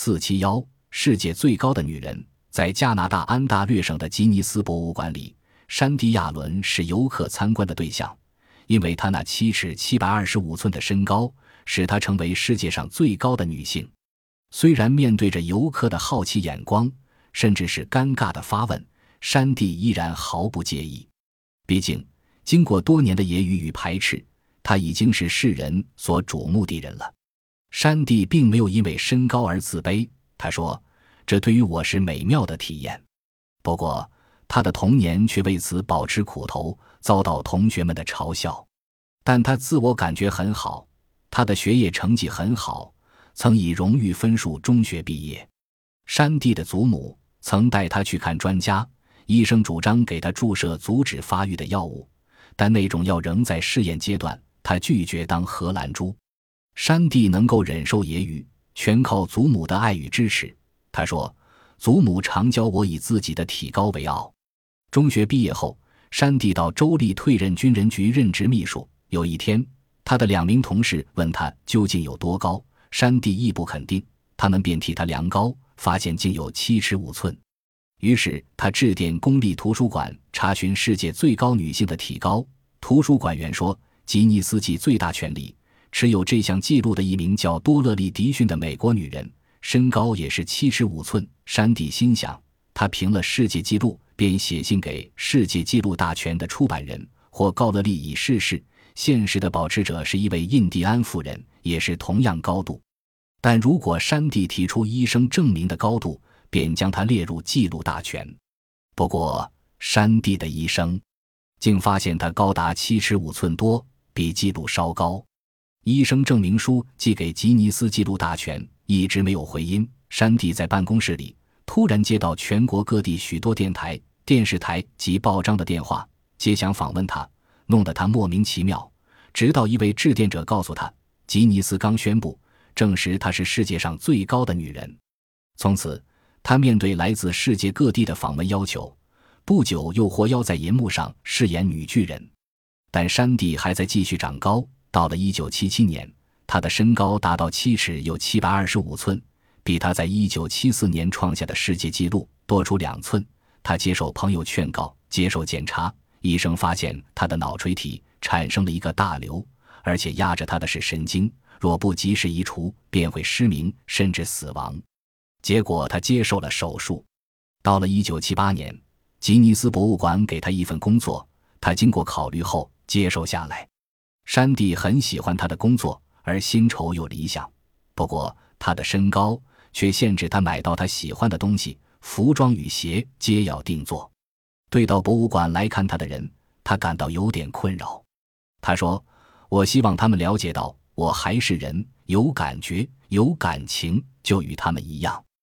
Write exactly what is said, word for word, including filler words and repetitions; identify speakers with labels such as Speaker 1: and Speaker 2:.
Speaker 1: 四七一世界最高的女人。在加拿大安大略省的吉尼斯博物馆里，山地亚伦是游客参观的对象，因为她那七尺七百二十五寸的身高，使她成为世界上最高的女性。虽然面对着游客的好奇眼光，甚至是尴尬的发问，山地依然毫不介意。毕竟，经过多年的揶揄与排斥，她已经是世人所瞩目的人了。山地并没有因为身高而自卑，他说：“这对于我是美妙的体验。”不过，他的童年却为此饱吃苦头，遭到同学们的嘲笑。但他自我感觉很好，他的学业成绩很好，曾以荣誉分数中学毕业。山地的祖母曾带他去看专家，医生主张给他注射阻止发育的药物，但那种药仍在试验阶段，他拒绝当荷兰猪。山地能够忍受揶揄，全靠祖母的爱与支持。他说，祖母常教我以自己的体高为傲。中学毕业后，山地到州立退任军人局任职秘书。有一天，他的两名同事问他究竟有多高，山地亦不肯定，他们便替他量高，发现竟有七尺五寸。于是他致电公立图书馆查询世界最高女性的体高。图书馆员说，吉尼斯纪最大权力持有这项记录的一名叫多勒利·迪逊的美国女人，身高也是七尺五寸。山地心想，她评了世界纪录，便写信给世界纪录大全的出版人，或告勒利已逝世，现实的保持者是一位印第安妇人，也是同样高度。但如果山地提出医生证明的高度，便将他列入记录大全。不过山地的医生竟发现他高达七尺五寸多，比记录稍高。医生证明书寄给吉尼斯纪录大全，一直没有回音。山地在办公室里突然接到全国各地许多电台、电视台及报章的电话，皆想访问他，弄得他莫名其妙。直到一位致电者告诉他，吉尼斯刚宣布证实她是世界上最高的女人。从此他面对来自世界各地的访问要求，不久又活腰在银幕上饰演女巨人。但山地还在继续长高，到了一九七七年，他的身高达到七尺又七百二十五寸，比他在一九七四年创下的世界纪录多出两寸。他接受朋友劝告，接受检查，医生发现他的脑垂体产生了一个大瘤，而且压着他的是神经，若不及时移除，便会失明甚至死亡。结果他接受了手术。到了一九七八年，吉尼斯博物馆给他一份工作，他经过考虑后接受下来。山地很喜欢他的工作，而薪酬又理想，不过他的身高却限制他买到他喜欢的东西，服装与鞋皆要定做。对到博物馆来看他的人，他感到有点困扰。他说，我希望他们了解到，我还是人，有感觉，有感情，就与他们一样。